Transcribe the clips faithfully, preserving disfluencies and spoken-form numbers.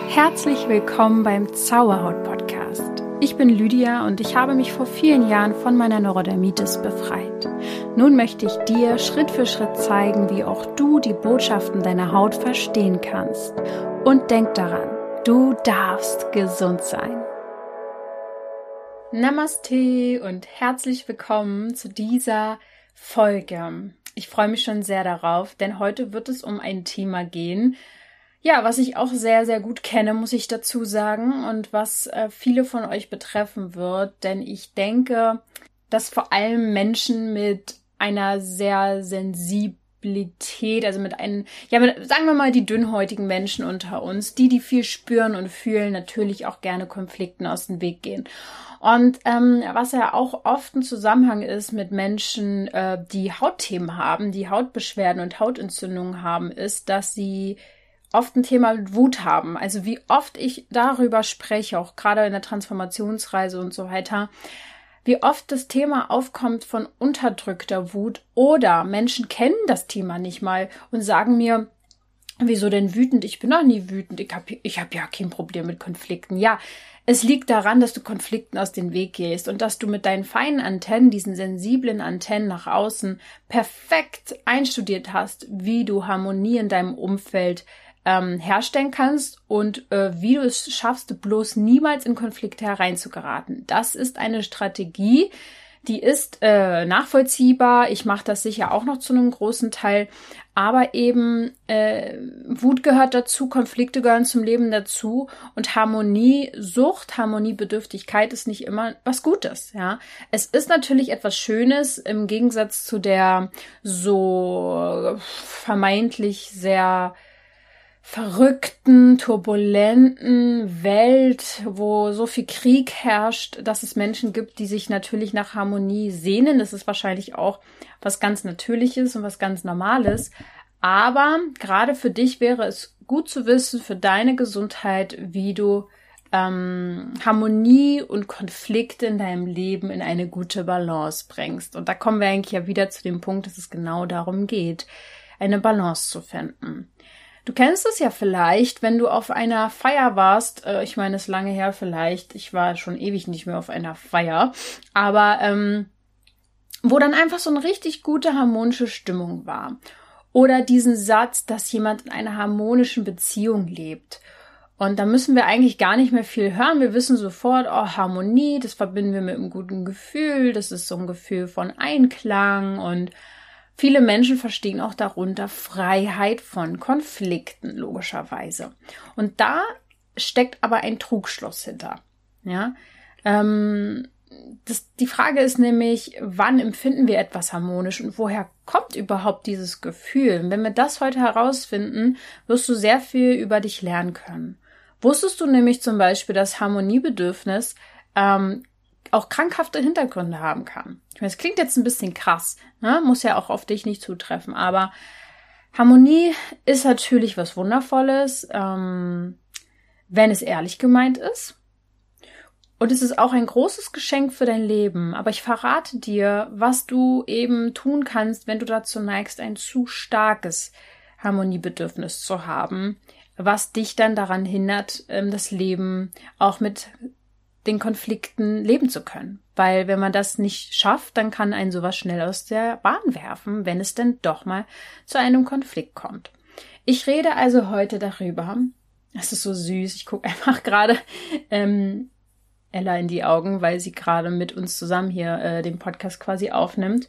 Herzlich willkommen beim Zauberhaut-Podcast. Ich bin Lydia und ich habe mich vor vielen Jahren von meiner Neurodermitis befreit. Nun möchte ich dir Schritt für Schritt zeigen, wie auch du die Botschaften deiner Haut verstehen kannst. Und denk daran, du darfst gesund sein. Namaste und herzlich willkommen zu dieser Folge. Ich freue mich schon sehr darauf, denn heute wird es um ein Thema gehen, ja, was ich auch sehr, sehr gut kenne, muss ich dazu sagen, und was äh, viele von euch betreffen wird, denn ich denke, dass vor allem Menschen mit einer sehr Sensibilität, also mit einem, ja, mit, sagen wir mal die dünnhäutigen Menschen unter uns, die, die viel spüren und fühlen, natürlich auch gerne Konflikten aus dem Weg gehen. Und ähm, was ja auch oft ein Zusammenhang ist mit Menschen, äh, die Hautthemen haben, die Hautbeschwerden und Hautentzündungen haben, ist, dass sie oft ein Thema mit Wut haben. Also wie oft ich darüber spreche, auch gerade in der Transformationsreise und so weiter, wie oft das Thema aufkommt von unterdrückter Wut oder Menschen kennen das Thema nicht mal und sagen mir, wieso denn wütend? Ich bin doch nie wütend. Ich habe ich hab ja kein Problem mit Konflikten. Ja, es liegt daran, dass du Konflikten aus dem Weg gehst und dass du mit deinen feinen Antennen, diesen sensiblen Antennen nach außen perfekt einstudiert hast, wie du Harmonie in deinem Umfeld ähm, herstellen kannst und äh, wie du es schaffst, bloß niemals in Konflikte hereinzugeraten. Das ist eine Strategie, die ist äh, nachvollziehbar. Ich mache das sicher auch noch zu einem großen Teil. Aber eben äh, Wut gehört dazu, Konflikte gehören zum Leben dazu und Harmoniesucht, Harmoniebedürftigkeit ist nicht immer was Gutes. Ja, es ist natürlich etwas Schönes im Gegensatz zu der so vermeintlich sehr verrückten, turbulenten Welt, wo so viel Krieg herrscht, dass es Menschen gibt, die sich natürlich nach Harmonie sehnen. Das ist wahrscheinlich auch was ganz Natürliches und was ganz Normales. Aber gerade für dich wäre es gut zu wissen, für deine Gesundheit, wie du ähm, Harmonie und Konflikte in deinem Leben in eine gute Balance bringst. Und da kommen wir eigentlich ja wieder zu dem Punkt, dass es genau darum geht, eine Balance zu finden. Du kennst es ja vielleicht, wenn du auf einer Feier warst, äh, ich meine, es ist lange her vielleicht, ich war schon ewig nicht mehr auf einer Feier, aber ähm, wo dann einfach so eine richtig gute harmonische Stimmung war. Oder diesen Satz, dass jemand in einer harmonischen Beziehung lebt. Und da müssen wir eigentlich gar nicht mehr viel hören. Wir wissen sofort, oh, Harmonie, das verbinden wir mit einem guten Gefühl, das ist so ein Gefühl von Einklang und viele Menschen verstehen auch darunter Freiheit von Konflikten, logischerweise. Und da steckt aber ein Trugschluss hinter. Ja, ähm, das, die Frage ist nämlich, wann empfinden wir etwas harmonisch und woher kommt überhaupt dieses Gefühl? Und wenn wir das heute herausfinden, wirst du sehr viel über dich lernen können. Wusstest du nämlich zum Beispiel, dass Harmoniebedürfnis ähm, auch krankhafte Hintergründe haben kann? Ich meine, es klingt jetzt ein bisschen krass, ne? Muss ja auch auf dich nicht zutreffen, aber Harmonie ist natürlich was Wundervolles, ähm, wenn es ehrlich gemeint ist. Und es ist auch ein großes Geschenk für dein Leben. Aber ich verrate dir, was du eben tun kannst, wenn du dazu neigst, ein zu starkes Harmoniebedürfnis zu haben, was dich dann daran hindert, das Leben auch mit den Konflikten leben zu können. Weil wenn man das nicht schafft, dann kann einen sowas schnell aus der Bahn werfen, wenn es denn doch mal zu einem Konflikt kommt. Ich rede also heute darüber, es ist so süß, ich gucke einfach gerade ähm, Ella in die Augen, weil sie gerade mit uns zusammen hier äh, den Podcast quasi aufnimmt.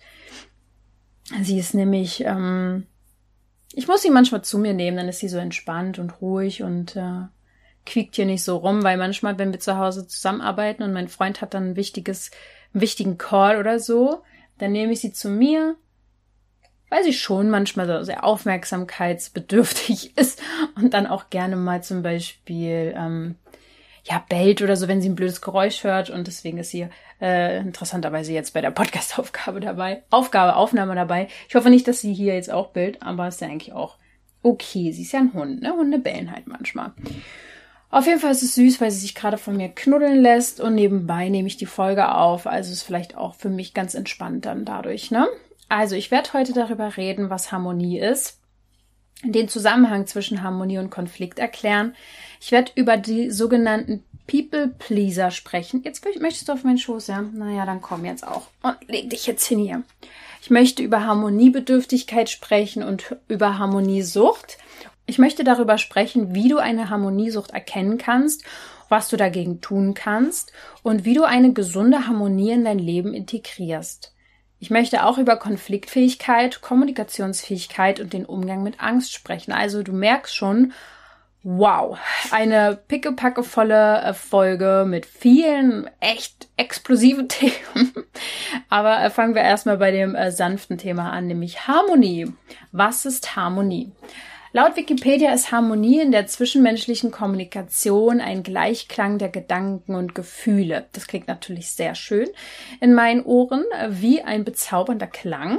Sie ist nämlich, ähm, ich muss sie manchmal zu mir nehmen, dann ist sie so entspannt und ruhig und äh, quiekt hier nicht so rum, weil manchmal, wenn wir zu Hause zusammenarbeiten und mein Freund hat dann ein wichtiges, einen wichtigen Call oder so, dann nehme ich sie zu mir, weil sie schon manchmal so sehr aufmerksamkeitsbedürftig ist und dann auch gerne mal zum Beispiel ähm, ja bellt oder so, wenn sie ein blödes Geräusch hört, und deswegen ist sie äh, interessanterweise jetzt bei der Podcast-Aufgabe dabei, Aufgabe, Aufnahme dabei. Ich hoffe nicht, dass sie hier jetzt auch bellt, aber ist ja eigentlich auch okay. Sie ist ja ein Hund, ne? Hunde bellen halt manchmal. Auf jeden Fall ist es süß, weil sie sich gerade von mir knuddeln lässt und nebenbei nehme ich die Folge auf. Also ist vielleicht auch für mich ganz entspannt dann dadurch, ne? Also ich werde heute darüber reden, was Harmonie ist. den Zusammenhang zwischen Harmonie und Konflikt erklären. Ich werde über die sogenannten People-Pleaser sprechen. Jetzt möchtest du auf meinen Schoß, ja? Naja, dann komm jetzt auch und leg dich jetzt hin hier. Ich möchte über Harmoniebedürftigkeit sprechen und über Harmoniesucht. Ich möchte darüber sprechen, wie du eine Harmoniesucht erkennen kannst, was du dagegen tun kannst und wie du eine gesunde Harmonie in dein Leben integrierst. Ich möchte auch über Konfliktfähigkeit, Kommunikationsfähigkeit und den Umgang mit Angst sprechen. Also du merkst schon, wow, eine pickepackevolle Folge mit vielen echt explosiven Themen. Aber fangen wir erstmal bei dem äh, sanften Thema an, nämlich Harmonie. Was ist Harmonie? Laut Wikipedia ist Harmonie in der zwischenmenschlichen Kommunikation ein Gleichklang der Gedanken und Gefühle. Das klingt natürlich sehr schön in meinen Ohren, wie ein bezaubernder Klang.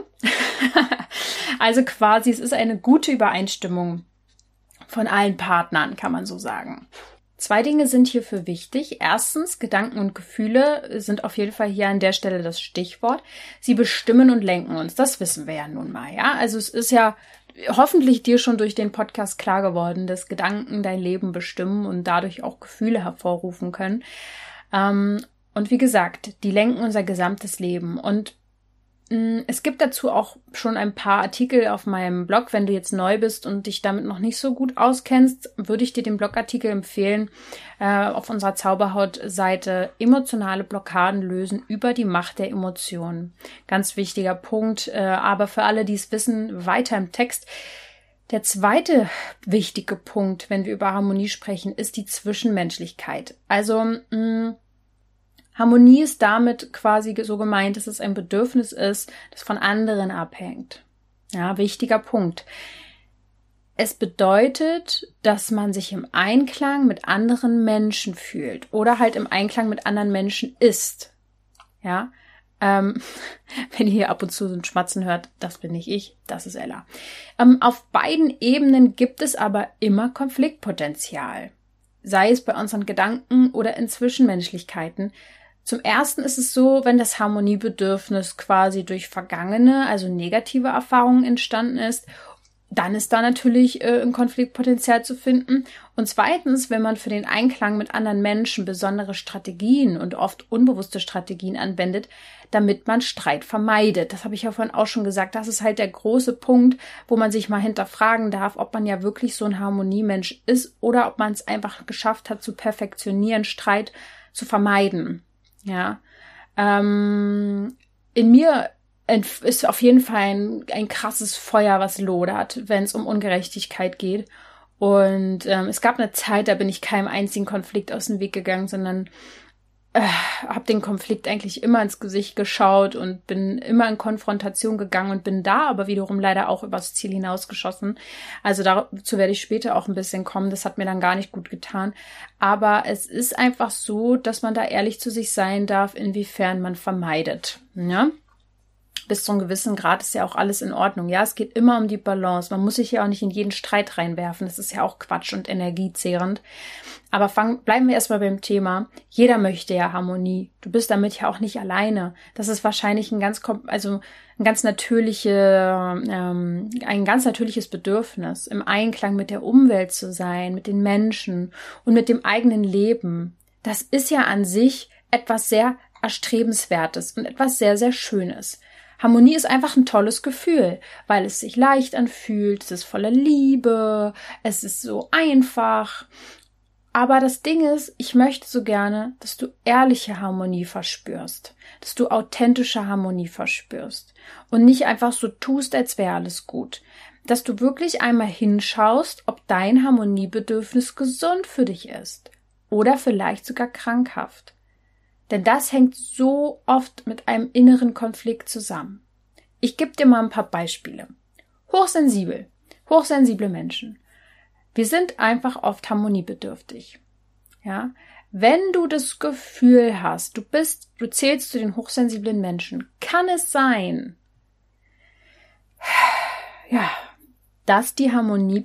Also quasi, es ist eine gute Übereinstimmung von allen Partnern, kann man so sagen. Zwei Dinge sind hierfür wichtig. Erstens, Gedanken und Gefühle sind auf jeden Fall hier an der Stelle das Stichwort. Sie bestimmen und lenken uns. Das wissen wir ja nun mal, ja. Also es ist ja hoffentlich dir schon durch den Podcast klar geworden, dass Gedanken dein Leben bestimmen und dadurch auch Gefühle hervorrufen können. Ähm, und wie gesagt, die lenken unser gesamtes Leben. Und mh, es gibt dazu auch schon ein paar Artikel auf meinem Blog. Wenn du jetzt neu bist und dich damit noch nicht so gut auskennst, würde ich dir den Blogartikel empfehlen, äh, auf unserer Zauberhaut-Seite emotionale Blockaden lösen über die Macht der Emotionen. Ganz wichtiger Punkt, äh, aber für alle, die es wissen, weiter im Text. Der zweite wichtige Punkt, wenn wir über Harmonie sprechen, ist die Zwischenmenschlichkeit. Also mh, Harmonie ist damit quasi so gemeint, dass es ein Bedürfnis ist, das von anderen abhängt. Ja, wichtiger Punkt. Es bedeutet, dass man sich im Einklang mit anderen Menschen fühlt oder halt im Einklang mit anderen Menschen ist. Ja, ähm, wenn ihr hier ab und zu so ein Schmatzen hört, das bin nicht ich, das ist Ella. Ähm, auf beiden Ebenen gibt es aber immer Konfliktpotenzial. Sei es bei unseren Gedanken oder in Zwischenmenschlichkeiten. Zum Ersten ist es so, wenn das Harmoniebedürfnis quasi durch vergangene, also negative Erfahrungen entstanden ist, dann ist da natürlich äh, ein Konfliktpotenzial zu finden. Und zweitens, wenn man für den Einklang mit anderen Menschen besondere Strategien und oft unbewusste Strategien anwendet, damit man Streit vermeidet. Das habe ich ja vorhin auch schon gesagt. Das ist halt der große Punkt, wo man sich mal hinterfragen darf, ob man ja wirklich so ein Harmoniemensch ist oder ob man es einfach geschafft hat, zu perfektionieren, Streit zu vermeiden. Ja, ähm, in mir ist auf jeden Fall ein, ein krasses Feuer, was lodert, wenn es um Ungerechtigkeit geht. Und ähm, es gab eine Zeit, da bin ich keinem einzigen Konflikt aus dem Weg gegangen, sondern äh, habe den Konflikt eigentlich immer ins Gesicht geschaut und bin immer in Konfrontation gegangen und bin da aber wiederum leider auch übers Ziel hinausgeschossen. Also dazu werde ich später auch ein bisschen kommen. Das hat mir dann gar nicht gut getan. Aber es ist einfach so, dass man da ehrlich zu sich sein darf, inwiefern man vermeidet. Ja? Bis zu einem gewissen Grad ist ja auch alles in Ordnung. Ja, es geht immer um die Balance. Man muss sich ja auch nicht in jeden Streit reinwerfen. Das ist ja auch Quatsch und energiezehrend. Aber fang, bleiben wir erstmal beim Thema. Jeder möchte ja Harmonie. Du bist damit ja auch nicht alleine. Das ist wahrscheinlich ein ganz, also ein ganz natürliche, ähm, ein ganz natürliches Bedürfnis, im Einklang mit der Umwelt zu sein, mit den Menschen und mit dem eigenen Leben. Das ist ja an sich etwas sehr Erstrebenswertes und etwas sehr, sehr Schönes. Harmonie ist einfach ein tolles Gefühl, weil es sich leicht anfühlt, es ist voller Liebe, es ist so einfach. Aber das Ding ist, ich möchte so gerne, dass du ehrliche Harmonie verspürst, dass du authentische Harmonie verspürst und nicht einfach so tust, als wäre alles gut. Dass du wirklich einmal hinschaust, ob dein Harmoniebedürfnis gesund für dich ist oder vielleicht sogar krankhaft. Denn das hängt so oft mit einem inneren Konflikt zusammen. Ich gebe dir mal ein paar Beispiele. Hochsensibel, hochsensible Menschen. Wir sind einfach oft harmoniebedürftig. Ja? Wenn du das Gefühl hast, du bist, du zählst zu den hochsensiblen Menschen, kann es sein, ja, dass die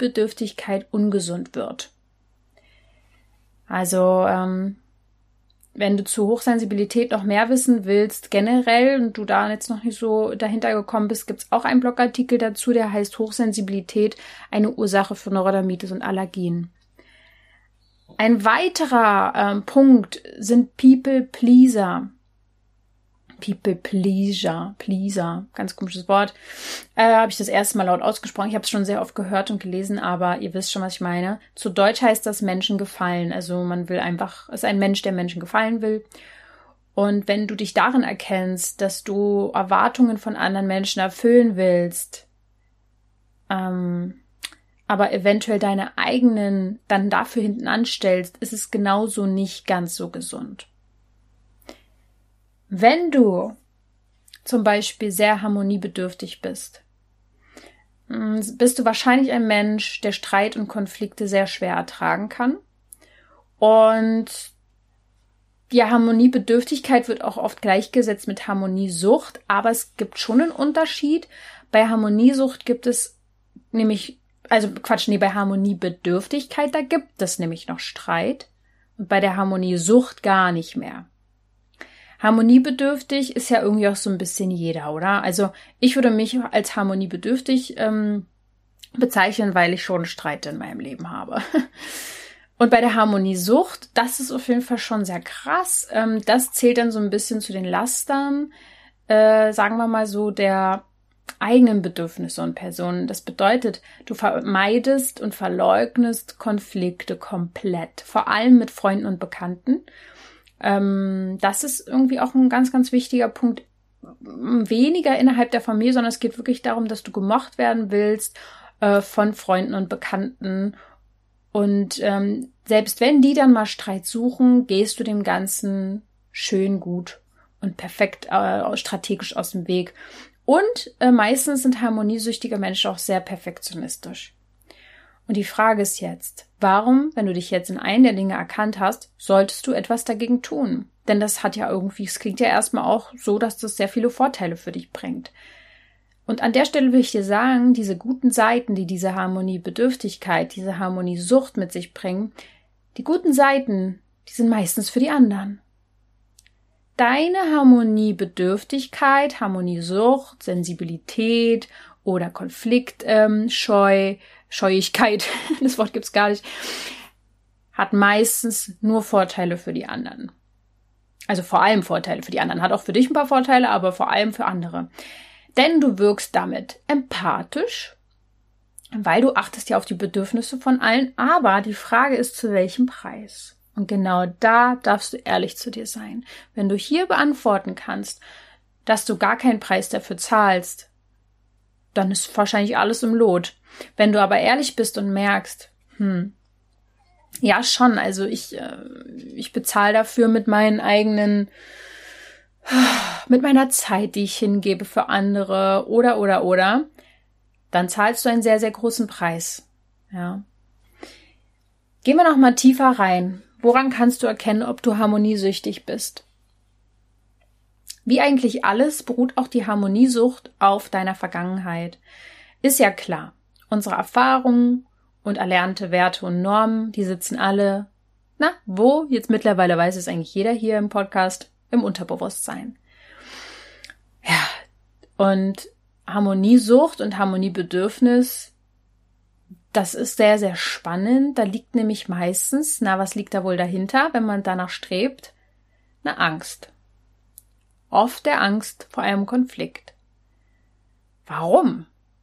Harmoniebedürftigkeit ungesund wird. Also, ähm, wenn du zu Hochsensibilität noch mehr wissen willst, generell, und du da jetzt noch nicht so dahinter gekommen bist, gibt es auch einen Blogartikel dazu, der heißt Hochsensibilität, eine Ursache für Neurodermitis und Allergien. Ein weiterer ähm, Punkt sind People Pleaser. People Pleaser, Pleaser, ganz komisches Wort. Äh, habe ich das erste Mal laut ausgesprochen. Ich habe es schon sehr oft gehört und gelesen, aber ihr wisst schon, was ich meine. Zu Deutsch heißt das Menschen gefallen. Also man will einfach, es ist ein Mensch, der Menschen gefallen will. Und wenn du dich darin erkennst, dass du Erwartungen von anderen Menschen erfüllen willst, ähm, aber eventuell deine eigenen dann dafür hinten anstellst, ist es genauso nicht ganz so gesund. Wenn du zum Beispiel sehr harmoniebedürftig bist, bist du wahrscheinlich ein Mensch, der Streit und Konflikte sehr schwer ertragen kann. Und ja, Harmoniebedürftigkeit wird auch oft gleichgesetzt mit Harmoniesucht, aber es gibt schon einen Unterschied. Bei Harmoniesucht gibt es nämlich, also Quatsch, nee, bei Harmoniebedürftigkeit, da gibt es nämlich noch Streit und bei der Harmoniesucht gar nicht mehr. Harmoniebedürftig ist ja irgendwie auch so ein bisschen jeder, oder? Also ich würde mich als harmoniebedürftig ähm, bezeichnen, weil ich schon Streit in meinem Leben habe. Und bei der Harmoniesucht, das ist auf jeden Fall schon sehr krass. Ähm, das zählt dann so ein bisschen zu den Lastern, äh, sagen wir mal so, der eigenen Bedürfnisse und Personen. Das bedeutet, du vermeidest und verleugnest Konflikte komplett, vor allem mit Freunden und Bekannten. Ähm, das ist irgendwie auch ein ganz, ganz wichtiger Punkt. Weniger innerhalb der Familie, sondern es geht wirklich darum, dass du gemocht werden willst äh, von Freunden und Bekannten. Und ähm, selbst wenn die dann mal Streit suchen, gehst du dem Ganzen schön gut und perfekt äh, strategisch aus dem Weg. Und äh, meistens sind harmoniesüchtige Menschen auch sehr perfektionistisch. Und die Frage ist jetzt, warum, wenn du dich jetzt in einen der Dinge erkannt hast, solltest du etwas dagegen tun? Denn das hat ja irgendwie, es klingt ja erstmal auch so, dass das sehr viele Vorteile für dich bringt. Und an der Stelle will ich dir sagen, diese guten Seiten, die diese Harmoniebedürftigkeit, diese Harmoniesucht mit sich bringen, die guten Seiten, die sind meistens für die anderen. Deine Harmoniebedürftigkeit, Harmoniesucht, Sensibilität oder Konfliktscheu, ähm, Scheuigkeit, das Wort gibt's gar nicht, hat meistens nur Vorteile für die anderen. Also vor allem Vorteile für die anderen. Hat auch für dich ein paar Vorteile, aber vor allem für andere. Denn du wirkst damit empathisch, weil du achtest ja auf die Bedürfnisse von allen. Aber die Frage ist, zu welchem Preis? Und genau da darfst du ehrlich zu dir sein. Wenn du hier beantworten kannst, dass du gar keinen Preis dafür zahlst, dann ist wahrscheinlich alles im Lot. Wenn du aber ehrlich bist und merkst, hm, ja schon, also ich, äh, ich bezahle dafür mit meinen eigenen, mit meiner Zeit, die ich hingebe für andere oder, oder, oder, dann zahlst du einen sehr, sehr großen Preis. Ja. Gehen wir noch mal tiefer rein. Woran kannst du erkennen, ob du harmoniesüchtig bist? Wie eigentlich alles beruht auch die Harmoniesucht auf deiner Vergangenheit. Ist ja klar. Unsere Erfahrungen und erlernte Werte und Normen, die sitzen alle, na, wo? Jetzt mittlerweile weiß es eigentlich jeder hier im Podcast, im Unterbewusstsein. Ja, und Harmoniesucht und Harmoniebedürfnis, das ist sehr, sehr spannend. Da liegt nämlich meistens, na, was liegt da wohl dahinter, wenn man danach strebt? Na, Angst. Oft der Angst vor einem Konflikt. Warum?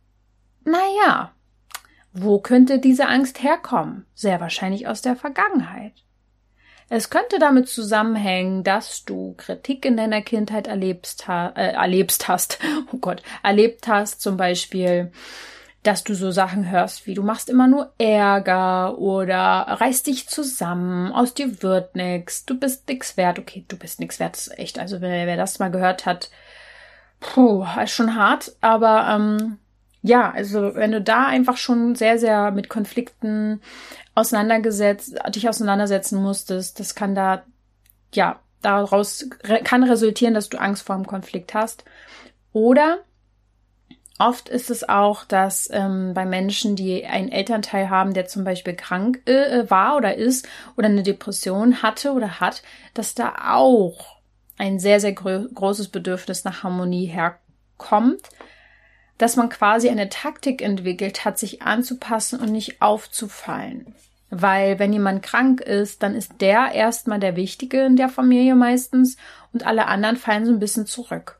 Naja, wo könnte diese Angst herkommen? Sehr wahrscheinlich aus der Vergangenheit. Es könnte damit zusammenhängen, dass du Kritik in deiner Kindheit erlebst, äh, erlebst hast, oh Gott, erlebt hast, zum Beispiel, dass du so Sachen hörst wie, du machst immer nur Ärger oder reißt dich zusammen, aus dir wird nix, du bist nix wert. Okay, du bist nix wert, das ist echt, also wer, wer das mal gehört hat, puh, ist schon hart, aber ähm, ja, also wenn du da einfach schon sehr, sehr mit Konflikten auseinandergesetzt, dich auseinandersetzen musstest, das kann da, ja, daraus kann resultieren, dass du Angst vor einem Konflikt hast. Oder Oft ist es auch, dass ähm, bei Menschen, die einen Elternteil haben, der zum Beispiel krank äh, war oder ist oder eine Depression hatte oder hat, dass da auch ein sehr, sehr gro- großes Bedürfnis nach Harmonie herkommt, dass man quasi eine Taktik entwickelt hat, sich anzupassen und nicht aufzufallen. Weil wenn jemand krank ist, dann ist der erstmal der Wichtige in der Familie meistens und alle anderen fallen so ein bisschen zurück.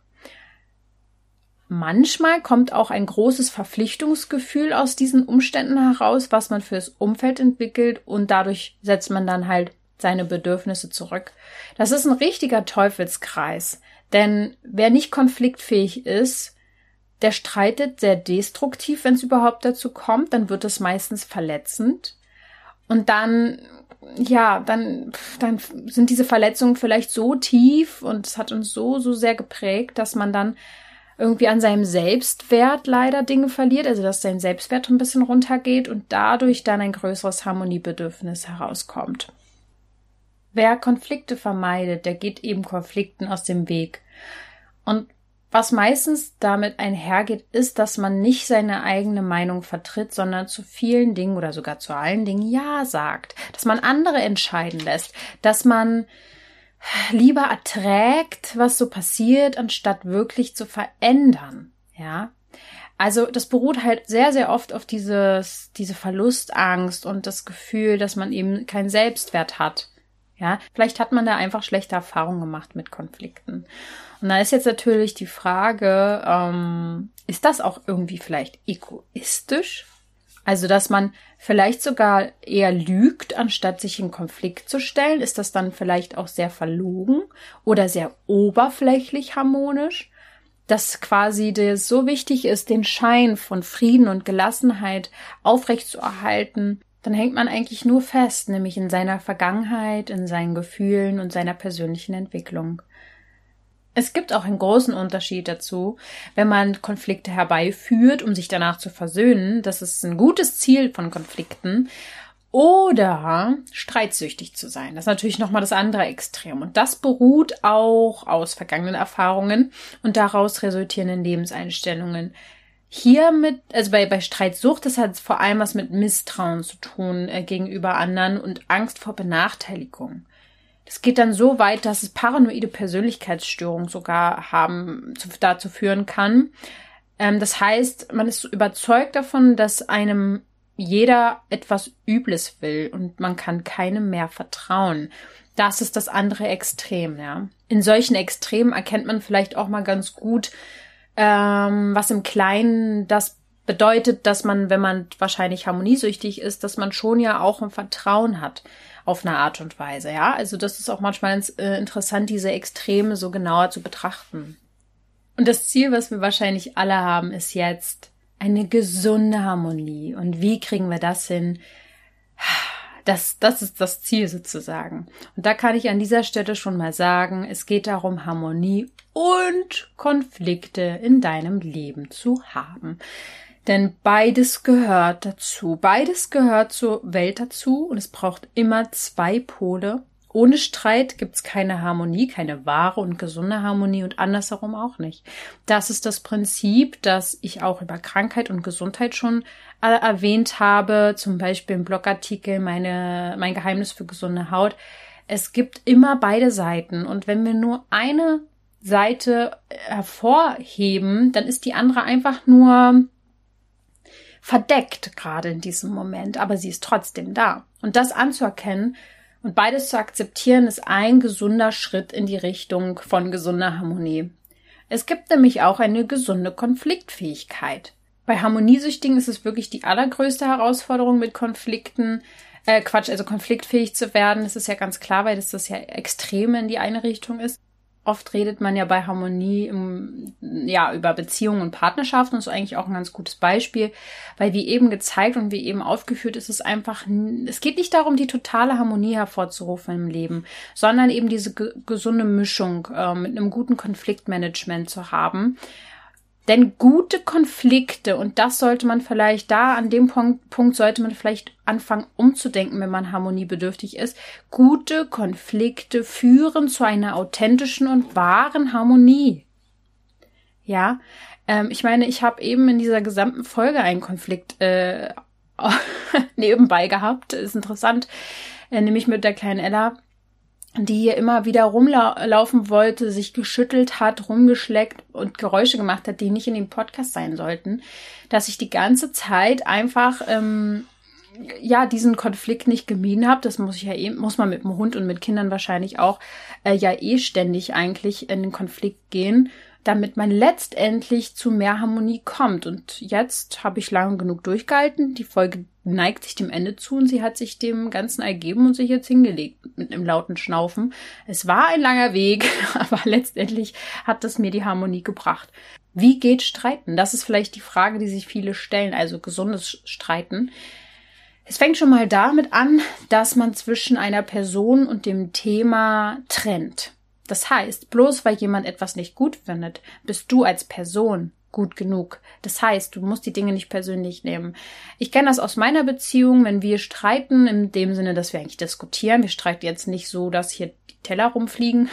Manchmal kommt auch ein großes Verpflichtungsgefühl aus diesen Umständen heraus, was man fürs Umfeld entwickelt und dadurch setzt man dann halt seine Bedürfnisse zurück. Das ist ein richtiger Teufelskreis, denn wer nicht konfliktfähig ist, der streitet sehr destruktiv, wenn es überhaupt dazu kommt, dann wird es meistens verletzend und dann, ja, dann, dann sind diese Verletzungen vielleicht so tief und es hat uns so, so sehr geprägt, dass man dann irgendwie an seinem Selbstwert leider Dinge verliert, also dass sein Selbstwert ein bisschen runtergeht und dadurch dann ein größeres Harmoniebedürfnis herauskommt. Wer Konflikte vermeidet, der geht eben Konflikten aus dem Weg. Und was meistens damit einhergeht, ist, dass man nicht seine eigene Meinung vertritt, sondern zu vielen Dingen oder sogar zu allen Dingen Ja sagt, dass man andere entscheiden lässt, dass man lieber erträgt, was so passiert, anstatt wirklich zu verändern, ja. Also das beruht halt sehr, sehr oft auf dieses, diese Verlustangst und das Gefühl, dass man eben keinen Selbstwert hat, ja. Vielleicht hat man da einfach schlechte Erfahrungen gemacht mit Konflikten. Und da ist jetzt natürlich die Frage, ähm, ist das auch irgendwie vielleicht egoistisch? Also, dass man vielleicht sogar eher lügt, anstatt sich in Konflikt zu stellen, ist das dann vielleicht auch sehr verlogen oder sehr oberflächlich harmonisch, dass quasi das so wichtig ist, den Schein von Frieden und Gelassenheit aufrechtzuerhalten, dann hängt man eigentlich nur fest, nämlich in seiner Vergangenheit, in seinen Gefühlen und seiner persönlichen Entwicklung. Es gibt auch einen großen Unterschied dazu, wenn man Konflikte herbeiführt, um sich danach zu versöhnen. Das ist ein gutes Ziel von Konflikten. Oder streitsüchtig zu sein. Das ist natürlich nochmal das andere Extrem. Und das beruht auch aus vergangenen Erfahrungen und daraus resultierenden Lebenseinstellungen. Hier mit, also bei, bei Streitsucht, das hat vor allem was mit Misstrauen zu tun äh, gegenüber anderen und Angst vor Benachteiligung. Das geht dann so weit, dass es paranoide Persönlichkeitsstörungen sogar haben, zu, dazu führen kann. Ähm, das heißt, man ist so überzeugt davon, dass einem jeder etwas Übles will und man kann keinem mehr vertrauen. Das ist das andere Extrem, ja. In solchen Extremen erkennt man vielleicht auch mal ganz gut, ähm, was im Kleinen das bedeutet, dass man, wenn man wahrscheinlich harmoniesüchtig ist, dass man schon ja auch ein Vertrauen hat auf eine Art und Weise, ja. Also das ist auch manchmal ganz, äh, interessant, diese Extreme so genauer zu betrachten. Und das Ziel, was wir wahrscheinlich alle haben, ist jetzt eine gesunde Harmonie. Und wie kriegen wir das hin? Das, das ist das Ziel sozusagen. Und da kann ich an dieser Stelle schon mal sagen, es geht darum, Harmonie und Konflikte in deinem Leben zu haben. Denn beides gehört dazu. Beides gehört zur Welt dazu und es braucht immer zwei Pole. Ohne Streit gibt's keine Harmonie, keine wahre und gesunde Harmonie und andersherum auch nicht. Das ist das Prinzip, das ich auch über Krankheit und Gesundheit schon äh, erwähnt habe. Zum Beispiel im Blogartikel meine, mein Geheimnis für gesunde Haut. Es gibt immer beide Seiten und wenn wir nur eine Seite hervorheben, dann ist die andere einfach nur verdeckt gerade in diesem Moment, aber sie ist trotzdem da. Und das anzuerkennen und beides zu akzeptieren, ist ein gesunder Schritt in die Richtung von gesunder Harmonie. Es gibt nämlich auch eine gesunde Konfliktfähigkeit. Bei Harmoniesüchtigen ist es wirklich die allergrößte Herausforderung mit Konflikten, äh, Quatsch, also konfliktfähig zu werden. Das ist ja ganz klar, weil das, das ja extrem in die eine Richtung ist. Oft redet man ja bei Harmonie im, ja, über Beziehungen und Partnerschaften. Das ist eigentlich auch ein ganz gutes Beispiel, weil wie eben gezeigt und wie eben aufgeführt ist, es einfach, es geht nicht darum, die totale Harmonie hervorzurufen im Leben, sondern eben diese ge- gesunde Mischung äh, mit einem guten Konfliktmanagement zu haben. Denn gute Konflikte, und das sollte man vielleicht da, an dem Punkt, Punkt sollte man vielleicht anfangen umzudenken, wenn man harmoniebedürftig ist. Gute Konflikte führen zu einer authentischen und wahren Harmonie. Ja, Ähm, ich meine, ich habe eben in dieser gesamten Folge einen Konflikt äh, nebenbei gehabt. Ist interessant, äh, nämlich mit der kleinen Ella, die hier immer wieder rumlaufen wollte, sich geschüttelt hat, rumgeschleckt und Geräusche gemacht hat, die nicht in dem Podcast sein sollten, dass ich die ganze Zeit einfach ähm, ja diesen Konflikt nicht gemieden habe. Das muss ich ja eh, muss man mit dem Hund und mit Kindern wahrscheinlich auch äh, ja eh ständig eigentlich in den Konflikt gehen, damit man letztendlich zu mehr Harmonie kommt. Und jetzt habe ich lange genug durchgehalten. Die Folge neigt sich dem Ende zu und sie hat sich dem Ganzen ergeben und sich jetzt hingelegt mit einem lauten Schnaufen. Es war ein langer Weg, aber letztendlich hat es mir die Harmonie gebracht. Wie geht Streiten? Das ist vielleicht die Frage, die sich viele stellen, also gesundes Streiten. Es fängt schon mal damit an, dass man zwischen einer Person und dem Thema trennt. Das heißt, bloß weil jemand etwas nicht gut findet, bist du als Person gut genug. Das heißt, du musst die Dinge nicht persönlich nehmen. Ich kenne das aus meiner Beziehung, wenn wir streiten, in dem Sinne, dass wir eigentlich diskutieren. Wir streiten jetzt nicht so, dass hier die Teller rumfliegen.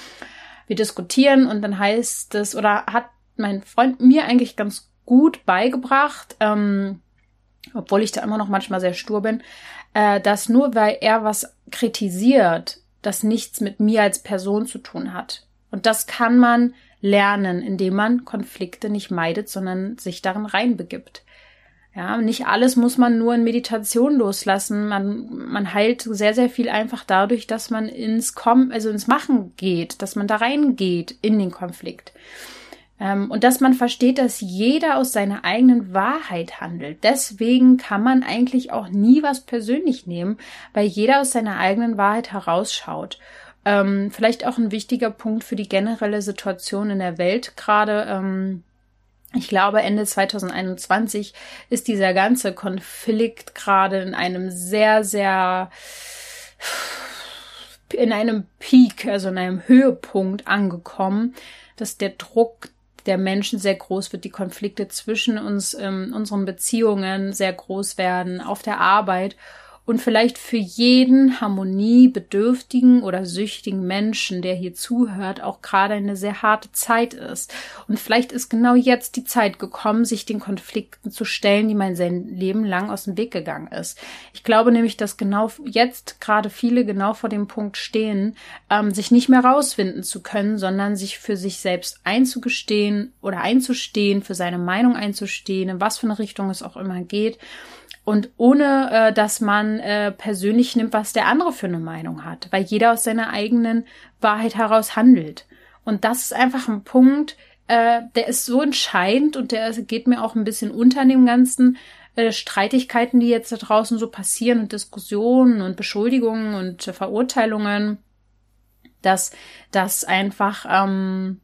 Wir diskutieren und dann heißt es, oder hat mein Freund mir eigentlich ganz gut beigebracht, ähm, obwohl ich da immer noch manchmal sehr stur bin, äh, dass nur weil er was kritisiert, das nichts mit mir als Person zu tun hat. Und das kann man lernen, indem man Konflikte nicht meidet, sondern sich darin reinbegibt. Ja, nicht alles muss man nur in Meditation loslassen. Man, man heilt sehr, sehr viel einfach dadurch, dass man ins Kommen, also ins Machen geht, dass man da reingeht in den Konflikt. Ähm, und dass man versteht, dass jeder aus seiner eigenen Wahrheit handelt. Deswegen kann man eigentlich auch nie was persönlich nehmen, weil jeder aus seiner eigenen Wahrheit herausschaut. Ähm, vielleicht auch ein wichtiger Punkt für die generelle Situation in der Welt gerade. Ähm, ich glaube, Ende zwanzig einundzwanzig ist dieser ganze Konflikt gerade in einem sehr, sehr, in einem Peak, also in einem Höhepunkt angekommen, dass der Druck der Menschen sehr groß wird, die Konflikte zwischen uns, ähm, unseren Beziehungen sehr groß werden, auf der Arbeit und vielleicht für jeden harmoniebedürftigen oder süchtigen Menschen, der hier zuhört, auch gerade eine sehr harte Zeit ist. Und vielleicht ist genau jetzt die Zeit gekommen, sich den Konflikten zu stellen, die man sein Leben lang aus dem Weg gegangen ist. Ich glaube nämlich, dass genau jetzt gerade viele genau vor dem Punkt stehen, ähm, sich nicht mehr rausfinden zu können, sondern sich für sich selbst einzugestehen oder einzustehen, für seine Meinung einzustehen, in was für eine Richtung es auch immer geht. Und ohne, äh, dass man äh, persönlich nimmt, was der andere für eine Meinung hat, weil jeder aus seiner eigenen Wahrheit heraus handelt. Und das ist einfach ein Punkt, äh, der ist so entscheidend und der geht mir auch ein bisschen unter dem ganzen äh, Streitigkeiten, die jetzt da draußen so passieren und Diskussionen und Beschuldigungen und äh, Verurteilungen, dass das einfach ähm,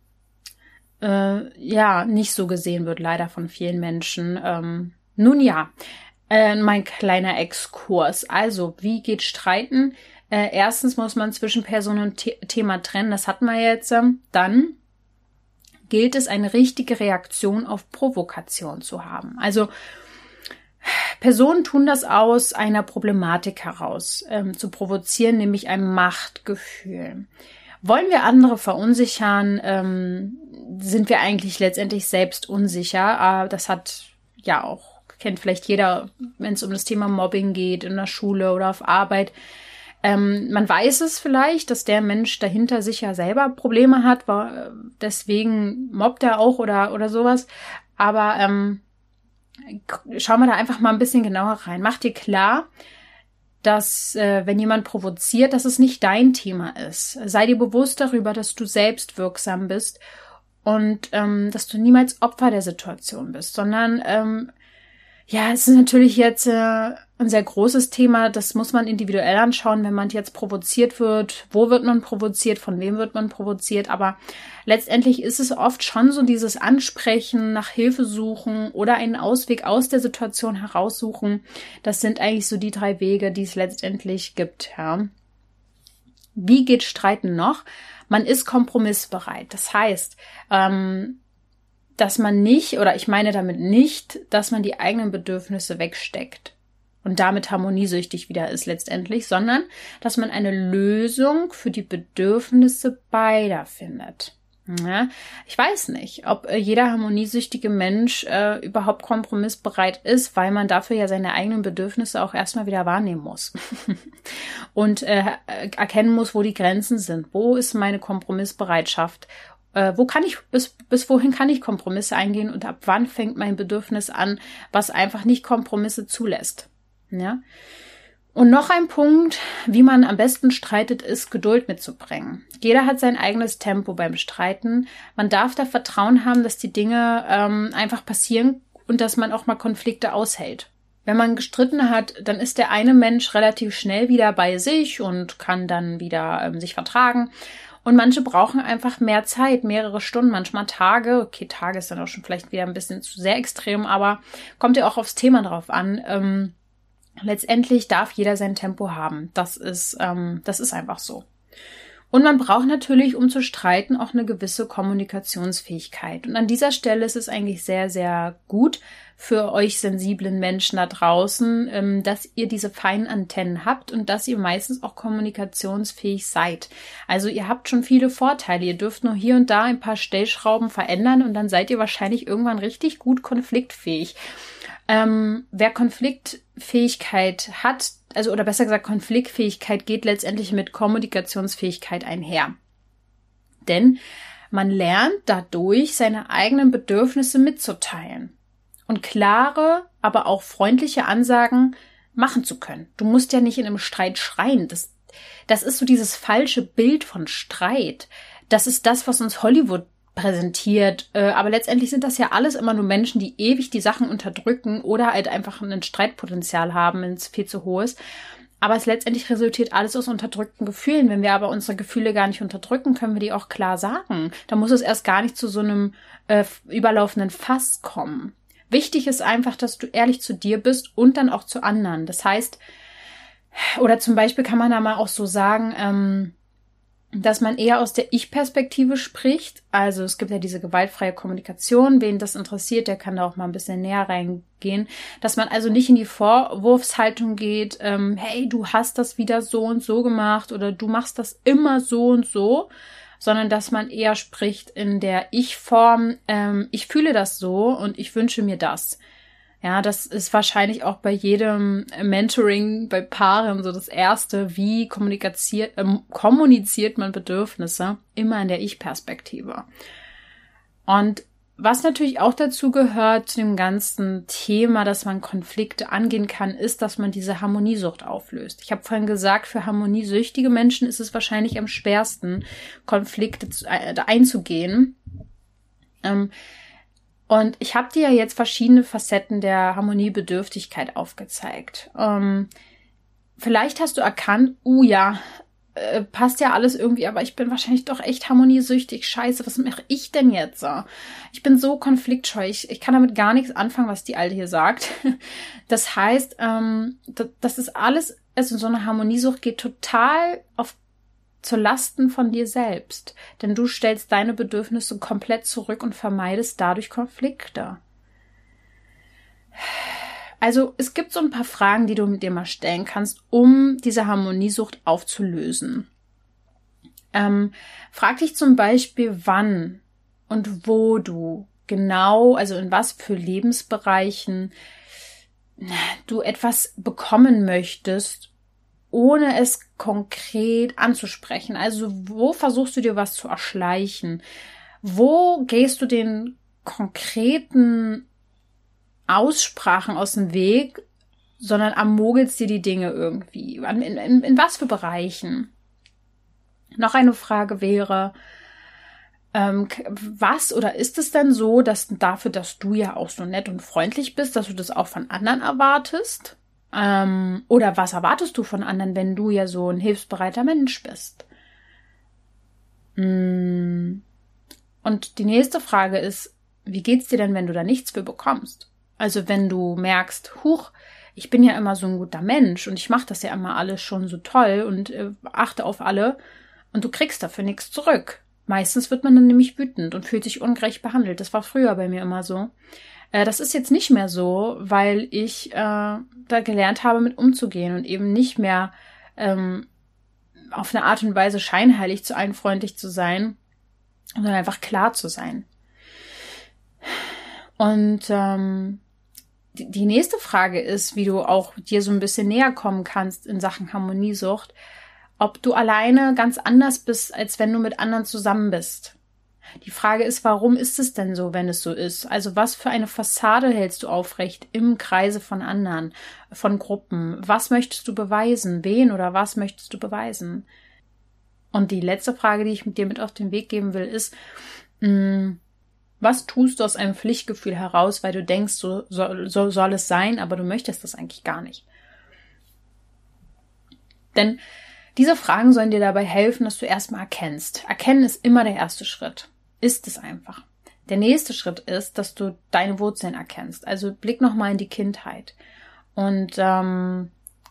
äh, ja nicht so gesehen wird, leider von vielen Menschen. Ähm, nun ja. Äh, mein kleiner Exkurs. Also, wie geht Streiten? Äh, erstens muss man zwischen Person und The- Thema trennen. Das hatten wir jetzt. Ähm, dann gilt es, eine richtige Reaktion auf Provokation zu haben. Also, Personen tun das aus einer Problematik heraus, ähm, zu provozieren, nämlich ein Machtgefühl. Wollen wir andere verunsichern, ähm, sind wir eigentlich letztendlich selbst unsicher. Äh, das hat ja auch kennt vielleicht jeder, wenn es um das Thema Mobbing geht, in der Schule oder auf Arbeit. Ähm, man weiß es vielleicht, dass der Mensch dahinter sicher selber Probleme hat, war, deswegen mobbt er auch oder, oder sowas. Aber ähm, schauen wir da einfach mal ein bisschen genauer rein. Mach dir klar, dass äh, wenn jemand provoziert, dass es nicht dein Thema ist. Sei dir bewusst darüber, dass du selbst wirksam bist und ähm, dass du niemals Opfer der Situation bist, sondern ähm, ja, es ist natürlich jetzt äh, ein sehr großes Thema. Das muss man individuell anschauen, wenn man jetzt provoziert wird. Wo wird man provoziert? Von wem wird man provoziert? Aber letztendlich ist es oft schon so dieses Ansprechen, nach Hilfe suchen oder einen Ausweg aus der Situation heraussuchen. Das sind eigentlich so die drei Wege, die es letztendlich gibt. Ja. Wie geht Streiten noch? Man ist kompromissbereit. Das heißt, ähm, dass man nicht, oder ich meine damit nicht, dass man die eigenen Bedürfnisse wegsteckt und damit harmoniesüchtig wieder ist letztendlich, sondern dass man eine Lösung für die Bedürfnisse beider findet. Ja, ich weiß nicht, ob äh, jeder harmoniesüchtige Mensch äh, überhaupt kompromissbereit ist, weil man dafür ja seine eigenen Bedürfnisse auch erstmal wieder wahrnehmen muss und äh, erkennen muss, wo die Grenzen sind. Wo ist meine Kompromissbereitschaft? Äh, wo kann ich, bis, bis wohin kann ich Kompromisse eingehen und ab wann fängt mein Bedürfnis an, was einfach nicht Kompromisse zulässt? Ja. Und noch ein Punkt, wie man am besten streitet, ist Geduld mitzubringen. Jeder hat sein eigenes Tempo beim Streiten. Man darf da Vertrauen haben, dass die Dinge ähm, einfach passieren und dass man auch mal Konflikte aushält. Wenn man gestritten hat, dann ist der eine Mensch relativ schnell wieder bei sich und kann dann wieder ähm, sich vertragen. Und manche brauchen einfach mehr Zeit, mehrere Stunden, manchmal Tage. Okay, Tage ist dann auch schon vielleicht wieder ein bisschen zu sehr extrem, aber kommt ja auch aufs Thema drauf an. Ähm, Letztendlich darf jeder sein Tempo haben. Das ist, ähm, das ist einfach so. Und man braucht natürlich, um zu streiten, auch eine gewisse Kommunikationsfähigkeit. Und an dieser Stelle ist es eigentlich sehr, sehr gut für euch sensiblen Menschen da draußen, ähm, dass ihr diese feinen Antennen habt und dass ihr meistens auch kommunikationsfähig seid. Also ihr habt schon viele Vorteile. Ihr dürft nur hier und da ein paar Stellschrauben verändern und dann seid ihr wahrscheinlich irgendwann richtig gut konfliktfähig. Ähm, wer Konfliktfähigkeit hat, also oder besser gesagt, Konfliktfähigkeit geht letztendlich mit Kommunikationsfähigkeit einher. Denn man lernt dadurch, seine eigenen Bedürfnisse mitzuteilen und klare, aber auch freundliche Ansagen machen zu können. Du musst ja nicht in einem Streit schreien. Das, das ist so dieses falsche Bild von Streit. Das ist das, was uns Hollywood präsentiert, äh, aber letztendlich sind das ja alles immer nur Menschen, die ewig die Sachen unterdrücken oder halt einfach ein Streitpotenzial haben, wenn es viel zu hoch ist. Aber es letztendlich resultiert alles aus unterdrückten Gefühlen. Wenn wir aber unsere Gefühle gar nicht unterdrücken, können wir die auch klar sagen. Da muss es erst gar nicht zu so einem äh, überlaufenden Fass kommen. Wichtig ist einfach, dass du ehrlich zu dir bist und dann auch zu anderen. Das heißt, oder zum Beispiel kann man da mal auch so sagen, ähm, dass man eher aus der Ich-Perspektive spricht. Also es gibt ja diese gewaltfreie Kommunikation. Wen das interessiert, der kann da auch mal ein bisschen näher reingehen. Dass man also nicht in die Vorwurfshaltung geht, ähm, hey, du hast das wieder so und so gemacht oder du machst das immer so und so, sondern dass man eher spricht in der Ich-Form, ähm, ich fühle das so und ich wünsche mir das. Ja, das ist wahrscheinlich auch bei jedem Mentoring, bei Paaren so das Erste, wie kommuniziert, ähm, kommuniziert man Bedürfnisse, immer in der Ich-Perspektive. Und was natürlich auch dazu gehört, zu dem ganzen Thema, dass man Konflikte angehen kann, ist, dass man diese Harmoniesucht auflöst. Ich habe vorhin gesagt, für harmoniesüchtige Menschen ist es wahrscheinlich am schwersten, Konflikte zu, äh, einzugehen. Ähm, Und ich habe dir ja jetzt verschiedene Facetten der Harmoniebedürftigkeit aufgezeigt. Ähm, vielleicht hast du erkannt, uh ja, äh, passt ja alles irgendwie, aber ich bin wahrscheinlich doch echt harmoniesüchtig. Scheiße, was mache ich denn jetzt? Ich bin so konfliktscheu. Ich, ich kann damit gar nichts anfangen, was die Alte hier sagt. Das heißt, ähm, das, das ist alles, also so eine Harmoniesucht geht total auf zu Lasten von dir selbst. Denn du stellst deine Bedürfnisse komplett zurück und vermeidest dadurch Konflikte. Also es gibt so ein paar Fragen, die du mit dir mal stellen kannst, um diese Harmoniesucht aufzulösen. Ähm, frag dich zum Beispiel, wann und wo du genau, also in was für Lebensbereichen du etwas bekommen möchtest, ohne es konkret anzusprechen. Also wo versuchst du dir was zu erschleichen? Wo gehst du den konkreten Aussprachen aus dem Weg, sondern ermogelst dir die Dinge irgendwie? In, in, in was für Bereichen? Noch eine Frage wäre, ähm, was oder ist es denn so, dass dafür, dass du ja auch so nett und freundlich bist, dass du das auch von anderen erwartest? Ähm, oder was erwartest du von anderen, wenn du ja so ein hilfsbereiter Mensch bist? Und die nächste Frage ist, wie geht's dir denn, wenn du da nichts für bekommst? Also wenn du merkst, huch, ich bin ja immer so ein guter Mensch und ich mache das ja immer alles schon so toll und äh, achte auf alle und du kriegst dafür nichts zurück. Meistens wird man dann nämlich wütend und fühlt sich ungerecht behandelt. Das war früher bei mir immer so. Das ist jetzt nicht mehr so, weil ich äh, da gelernt habe, mit umzugehen und eben nicht mehr ähm, auf eine Art und Weise scheinheilig zu allen freundlich zu sein, sondern einfach klar zu sein. Und ähm, die, die nächste Frage ist, wie du auch dir so ein bisschen näher kommen kannst in Sachen Harmoniesucht, ob du alleine ganz anders bist, als wenn du mit anderen zusammen bist. Die Frage ist, warum ist es denn so, wenn es so ist? Also was für eine Fassade hältst du aufrecht im Kreise von anderen, von Gruppen? Was möchtest du beweisen? Wen oder was möchtest du beweisen? Und die letzte Frage, die ich mit dir mit auf den Weg geben will, ist, mh, was tust du aus einem Pflichtgefühl heraus, weil du denkst, so, so, so soll es sein, aber du möchtest das eigentlich gar nicht? Denn diese Fragen sollen dir dabei helfen, dass du erstmal erkennst. Erkennen ist immer der erste Schritt. Ist es einfach. Der nächste Schritt ist, dass du deine Wurzeln erkennst. Also blick nochmal in die Kindheit und ähm,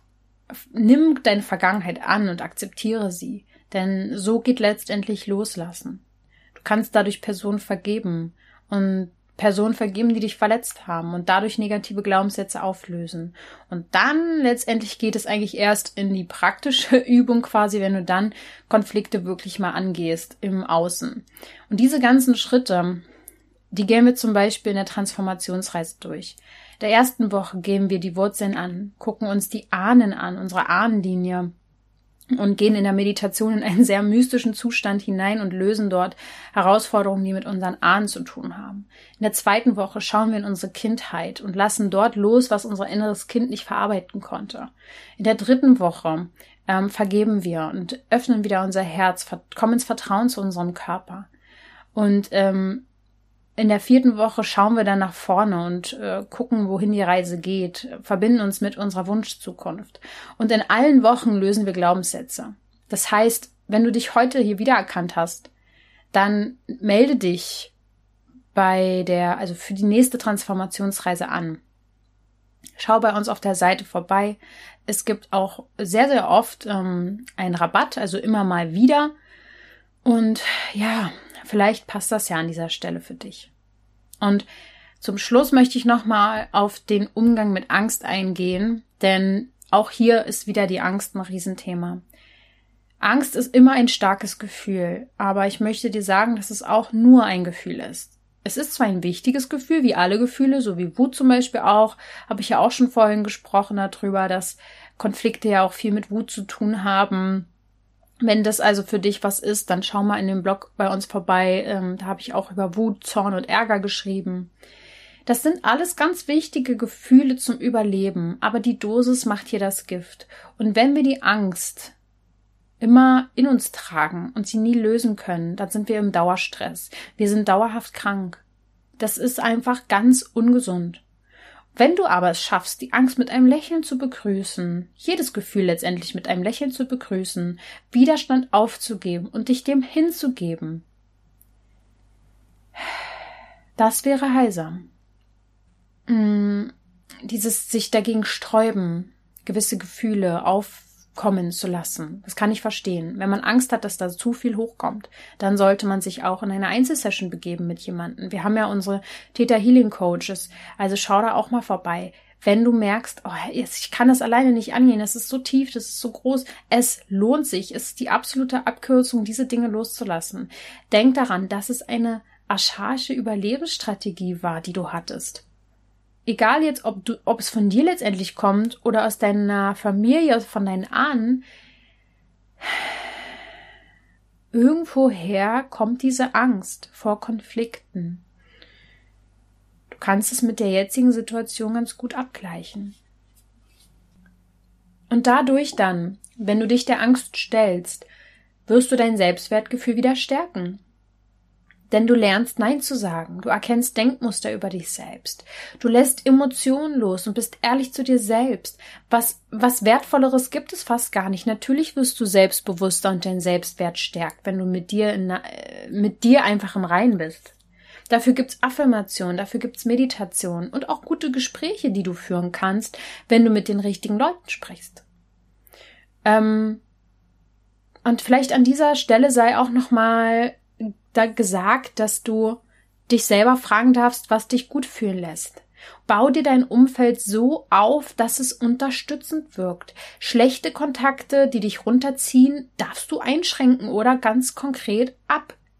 nimm deine Vergangenheit an und akzeptiere sie. Denn so geht letztendlich Loslassen. Du kannst dadurch Personen vergeben und Personen vergeben, die dich verletzt haben und dadurch negative Glaubenssätze auflösen. Und dann letztendlich geht es eigentlich erst in die praktische Übung quasi, wenn du dann Konflikte wirklich mal angehst im Außen. Und diese ganzen Schritte, die gehen wir zum Beispiel in der Transformationsreise durch. In der ersten Woche gehen wir die Wurzeln an, gucken uns die Ahnen an, unsere Ahnenlinie, und gehen in der Meditation in einen sehr mystischen Zustand hinein und lösen dort Herausforderungen, die mit unseren Ahnen zu tun haben. In der zweiten Woche schauen wir in unsere Kindheit und lassen dort los, was unser inneres Kind nicht verarbeiten konnte. In der dritten Woche ähm, vergeben wir und öffnen wieder unser Herz, kommen ins Vertrauen zu unserem Körper. Und ähm, in der vierten Woche schauen wir dann nach vorne und äh, gucken, wohin die Reise geht, verbinden uns mit unserer Wunschzukunft. Und in allen Wochen lösen wir Glaubenssätze. Das heißt, wenn du dich heute hier wiedererkannt hast, dann melde dich bei der, also für die nächste Transformationsreise an. Schau bei uns auf der Seite vorbei. Es gibt auch sehr, sehr oft ähm, einen Rabatt, also immer mal wieder. Und ja, vielleicht passt das ja an dieser Stelle für dich. Und zum Schluss möchte ich nochmal auf den Umgang mit Angst eingehen, denn auch hier ist wieder die Angst ein Riesenthema. Angst ist immer ein starkes Gefühl, aber ich möchte dir sagen, dass es auch nur ein Gefühl ist. Es ist zwar ein wichtiges Gefühl, wie alle Gefühle, so wie Wut zum Beispiel auch, habe ich ja auch schon vorhin gesprochen darüber, dass Konflikte ja auch viel mit Wut zu tun haben. Wenn das also für dich was ist, dann schau mal in dem Blog bei uns vorbei. Ähm, da habe ich auch über Wut, Zorn und Ärger geschrieben. Das sind alles ganz wichtige Gefühle zum Überleben, aber die Dosis macht hier das Gift. Und wenn wir die Angst immer in uns tragen und sie nie lösen können, dann sind wir im Dauerstress. Wir sind dauerhaft krank. Das ist einfach ganz ungesund. Wenn du aber es schaffst, die Angst mit einem Lächeln zu begrüßen, jedes Gefühl letztendlich mit einem Lächeln zu begrüßen, Widerstand aufzugeben und dich dem hinzugeben, das wäre heilsam. Dieses sich dagegen sträuben, gewisse Gefühle aufkommen zu lassen, das kann ich verstehen. Wenn man Angst hat, dass da zu viel hochkommt, dann sollte man sich auch in eine Einzelsession begeben mit jemandem. Wir haben ja unsere Theta Healing Coaches, also schau da auch mal vorbei. Wenn du merkst, oh, ich kann das alleine nicht angehen, das ist so tief, das ist so groß, es lohnt sich, es ist die absolute Abkürzung, diese Dinge loszulassen. Denk daran, dass es eine archaische Überlebensstrategie war, die du hattest. Egal jetzt, ob du, ob es von dir letztendlich kommt oder aus deiner Familie, von deinen Ahnen, irgendwoher kommt diese Angst vor Konflikten. Du kannst es mit der jetzigen Situation ganz gut abgleichen. Und dadurch dann, wenn du dich der Angst stellst, wirst du dein Selbstwertgefühl wieder stärken. Denn du lernst Nein zu sagen, du erkennst Denkmuster über dich selbst, du lässt Emotionen los und bist ehrlich zu dir selbst. Was, was Wertvolleres gibt es fast gar nicht. Natürlich wirst du selbstbewusster und dein Selbstwert stärkt, wenn du mit dir, in, mit dir einfach im Reinen bist. Dafür gibt's Affirmationen, dafür gibt's Meditation und auch gute Gespräche, die du führen kannst, wenn du mit den richtigen Leuten sprichst. Ähm, und vielleicht an dieser Stelle sei auch nochmal da gesagt, dass du dich selber fragen darfst, was dich gut fühlen lässt. Bau dir dein Umfeld so auf, dass es unterstützend wirkt. Schlechte Kontakte, die dich runterziehen, darfst du einschränken oder ganz konkret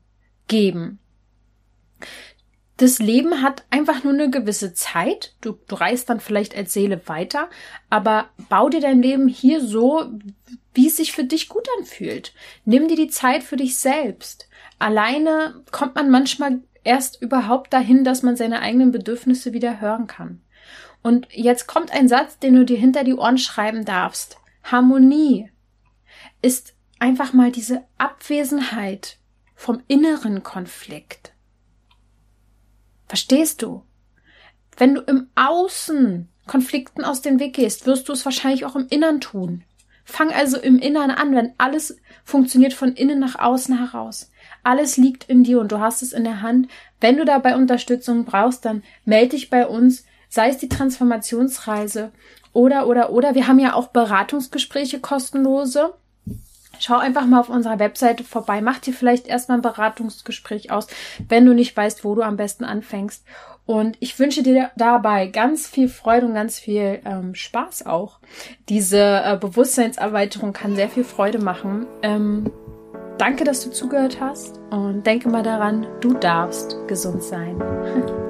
geben. Das Leben hat einfach nur eine gewisse Zeit. Du, du reist dann vielleicht als Seele weiter, aber bau dir dein Leben hier so, wie es sich für dich gut anfühlt. Nimm dir die Zeit für dich selbst. Alleine kommt man manchmal erst überhaupt dahin, dass man seine eigenen Bedürfnisse wieder hören kann. Und jetzt kommt ein Satz, den du dir hinter die Ohren schreiben darfst. Harmonie ist einfach mal diese Abwesenheit vom inneren Konflikt. Verstehst du? Wenn du im Außen Konflikten aus dem Weg gehst, wirst du es wahrscheinlich auch im Innern tun. Fang also im Innern an, wenn alles funktioniert von innen nach außen heraus. Alles liegt in dir und du hast es in der Hand. Wenn du dabei Unterstützung brauchst, dann melde dich bei uns, sei es die Transformationsreise oder, oder, oder. Wir haben ja auch Beratungsgespräche kostenlose. Schau einfach mal auf unserer Webseite vorbei. Mach dir vielleicht erstmal ein Beratungsgespräch aus, wenn du nicht weißt, wo du am besten anfängst. Und ich wünsche dir dabei ganz viel Freude und ganz viel ähm, Spaß auch. Diese äh, Bewusstseinserweiterung kann sehr viel Freude machen. Ähm, danke, dass du zugehört hast und denke mal daran, du darfst gesund sein.